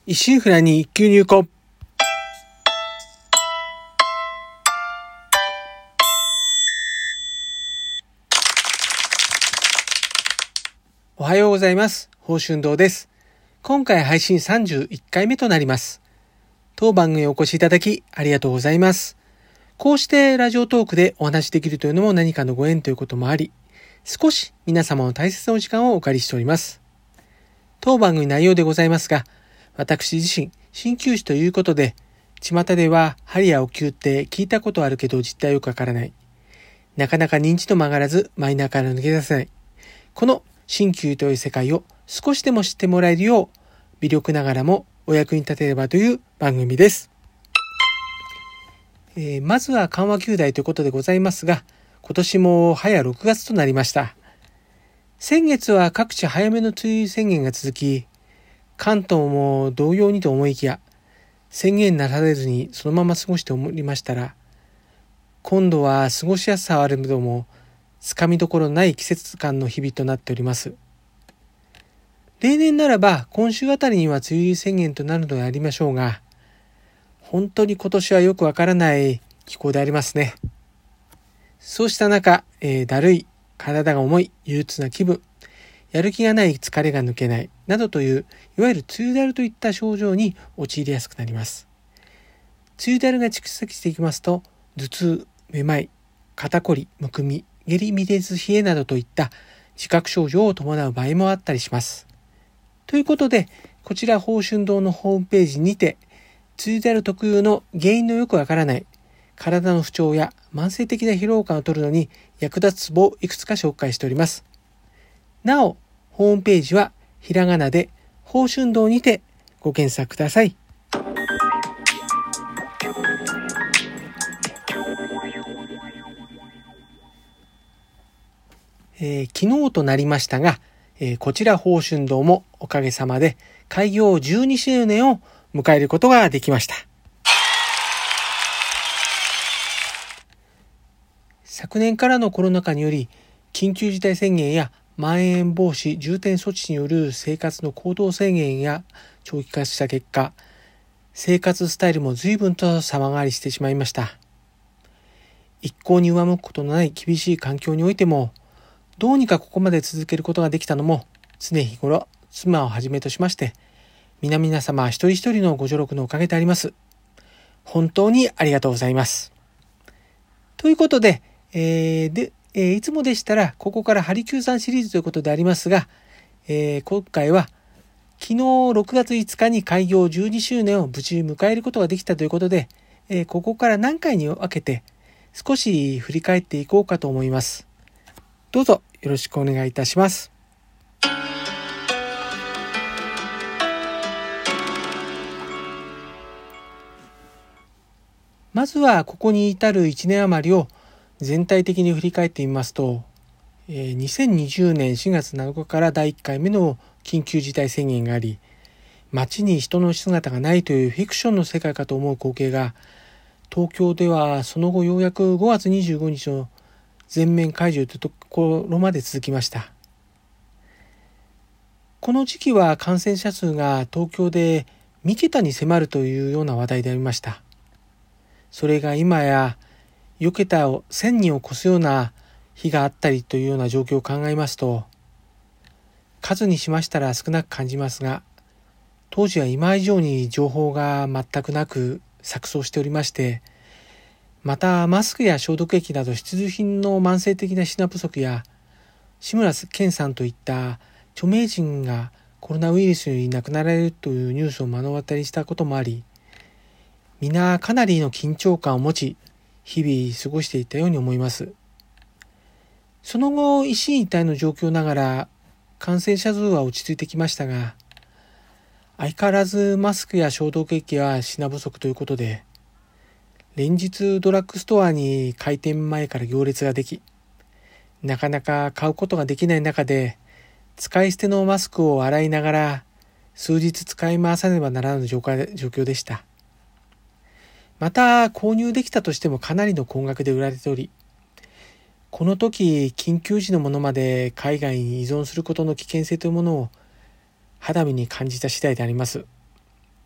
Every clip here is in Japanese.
一心不乱に一級入庫。おはようございます。宝春堂です。今回配信31回目となります。当番組にお越しいただきありがとうございます。こうしてラジオトークでお話しできるというのも何かのご縁ということもあり、少し皆様の大切なお時間をお借りしております。当番組内容でございますが、私自身、鍼灸師ということで、巷では針やお灸って聞いたことあるけど実態よくわからない。なかなか認知度も上がらずマイナーから抜け出せない。この鍼灸という世界を少しでも知ってもらえるよう、微力ながらもお役に立てればという番組です。まずは緩和球大ということでございますが、今年も早6月となりました。先月は各地早めの梅雨宣言が続き、関東も同様にと思いきや、宣言なされずにそのまま過ごしておりましたら、今度は過ごしやすさはあるけども、つかみどころない季節感の日々となっております。例年ならば今週あたりには梅雨入り宣言となるのでありましょうが、本当に今年はよくわからない気候でありますね。そうした中、だるい、体が重い、憂鬱な気分、やる気がない、疲れが抜けない、などという、いわゆる梅雨だるといった症状に陥りやすくなります。梅雨だるが蓄積していきますと、頭痛、めまい、肩こり、むくみ、下痢、微熱、冷えなどといった自覚症状を伴う場合もあったりします。ということで、こちら宝春堂のホームページにて、梅雨だる特有の原因のよくわからない体の不調や慢性的な疲労感を取るのに役立つツボをいくつか紹介しております。なお、ホームページはひらがなで宝春堂にてご検索ください。昨日となりましたが、こちら宝春堂もおかげさまで開業12周年を迎えることができました。昨年からのコロナ禍により緊急事態宣言やまん延防止重点措置による生活の行動制限や長期化した結果、生活スタイルも随分と様変わりしてしまいました。一向に上向くことのない厳しい環境においても、どうにかここまで続けることができたのも常日頃妻をはじめとしまして皆様一人一人のご助力のおかげであります。本当にありがとうございます。ということで、いつもでしたらここからハリキューさんシリーズということでありますが、今回は昨日6月5日に開業12周年を無事迎えることができたということで、ここから何回に分けて少し振り返っていこうかと思います。どうぞよろしくお願いいたします。まずはここに至る1年余りを全体的に振り返ってみますと、2020年4月7日から第1回目の緊急事態宣言があり、街に人の姿がないというフィクションの世界かと思う光景が、東京ではその後ようやく5月25日の全面解除というところまで続きました。この時期は感染者数が東京で3桁に迫るというような話題でありました。それが今や4桁を1000人を超すような日があったりというような状況を考えますと、数にしましたら少なく感じますが、当時は今以上に情報が全くなく錯綜しておりまして、またマスクや消毒液など必需品の慢性的な品不足や、志村けんさんといった著名人がコロナウイルスに亡くなられるというニュースを目の当たりしたこともあり、皆かなりの緊張感を持ち、日々過ごしていたように思います。その後、一進一退の状況ながら、感染者数は落ち着いてきましたが、相変わらずマスクや消毒液は品不足ということで、連日ドラッグストアに開店前から行列ができ、なかなか買うことができない中で、使い捨てのマスクを洗いながら、数日使い回さねばならぬ状況でした。また購入できたとしてもかなりの高額で売られており、この時緊急時のものまで海外に依存することの危険性というものを肌身に感じた次第であります。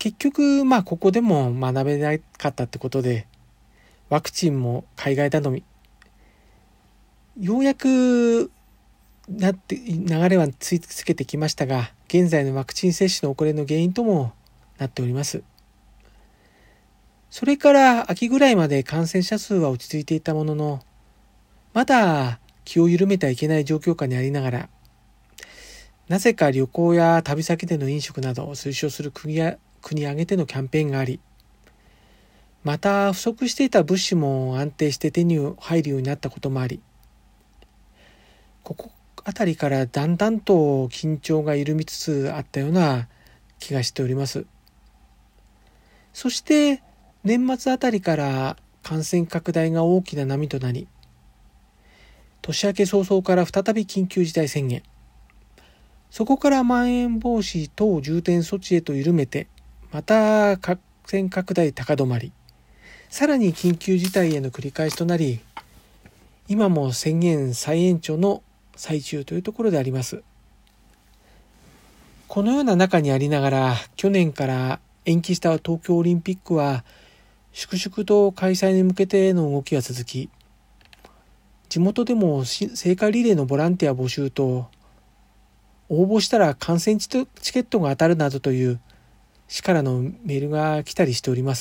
結局ここでも学べなかったってことで、ワクチンも海外頼み、ようやく流れはつけてきましたが、現在のワクチン接種の遅れの原因ともなっております。それから秋ぐらいまで感染者数は落ち着いていたものの、まだ気を緩めてはいけない状況下にありながら、なぜか旅行や旅先での飲食などを推奨する国挙げてのキャンペーンがあり、また不足していた物資も安定して手に入るようになったこともあり、ここあたりからだんだんと緊張が緩みつつあったような気がしております。そして年末あたりから感染拡大が大きな波となり、年明け早々から再び緊急事態宣言、そこからまん延防止等重点措置へと緩めて、また感染拡大高止まり、さらに緊急事態への繰り返しとなり、今も宣言再延長の最中というところであります。このような中にありながら、去年から延期した東京オリンピックは粛々と開催に向けての動きが続き、地元でも聖火リレーのボランティア募集と、応募したら観戦チケットが当たるなどという市からのメールが来たりしております。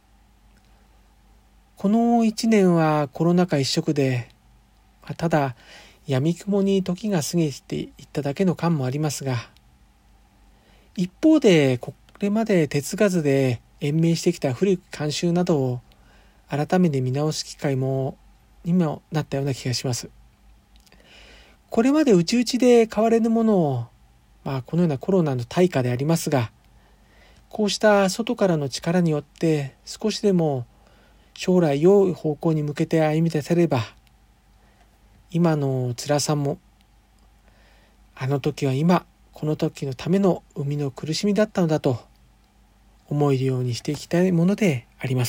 この1年はコロナ禍一色で、ただ闇雲に時が過ぎていっただけの感もありますが、一方でこれまで手つかずで延命してきた古き慣習などを改めて見直す機会にもなったような気がします。これまで内々で変われぬものを、このようなコロナの対価でありますが、こうした外からの力によって少しでも将来良い方向に向けて歩み出せれば、今の辛さも、あの時は今、この時のための生みの苦しみだったのだと思えるようにしていきたいものであります。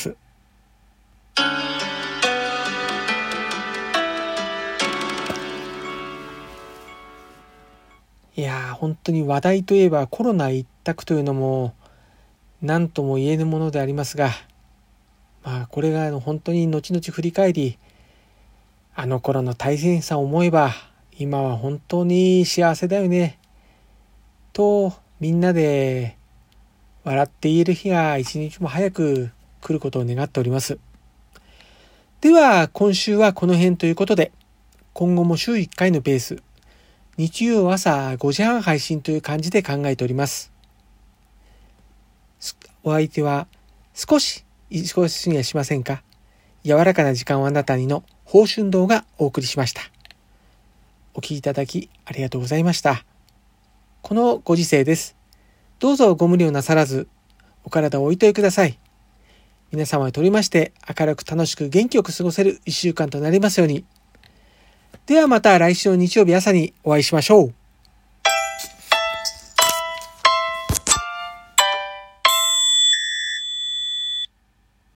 いや本当に話題といえばコロナ一択というのも何とも言えぬものでありますが、これが本当に後々振り返り、あの頃の大変さを思えば今は本当に幸せだよねとみんなで笑って言える日が一日も早く来ることを願っております。では今週はこの辺ということで、今後も週1回のペース、日曜朝5時半配信という感じで考えております。お相手は少し忙しにはしませんか？柔らかな時間をあなたにの宝春堂がお送りしました。お聞きいただきありがとうございました。このご時世です。どうぞご無理をなさらず、お体をおいといください。皆様にとりまして明るく楽しく元気よく過ごせる1週間となりますように。ではまた来週の日曜日朝にお会いしましょう。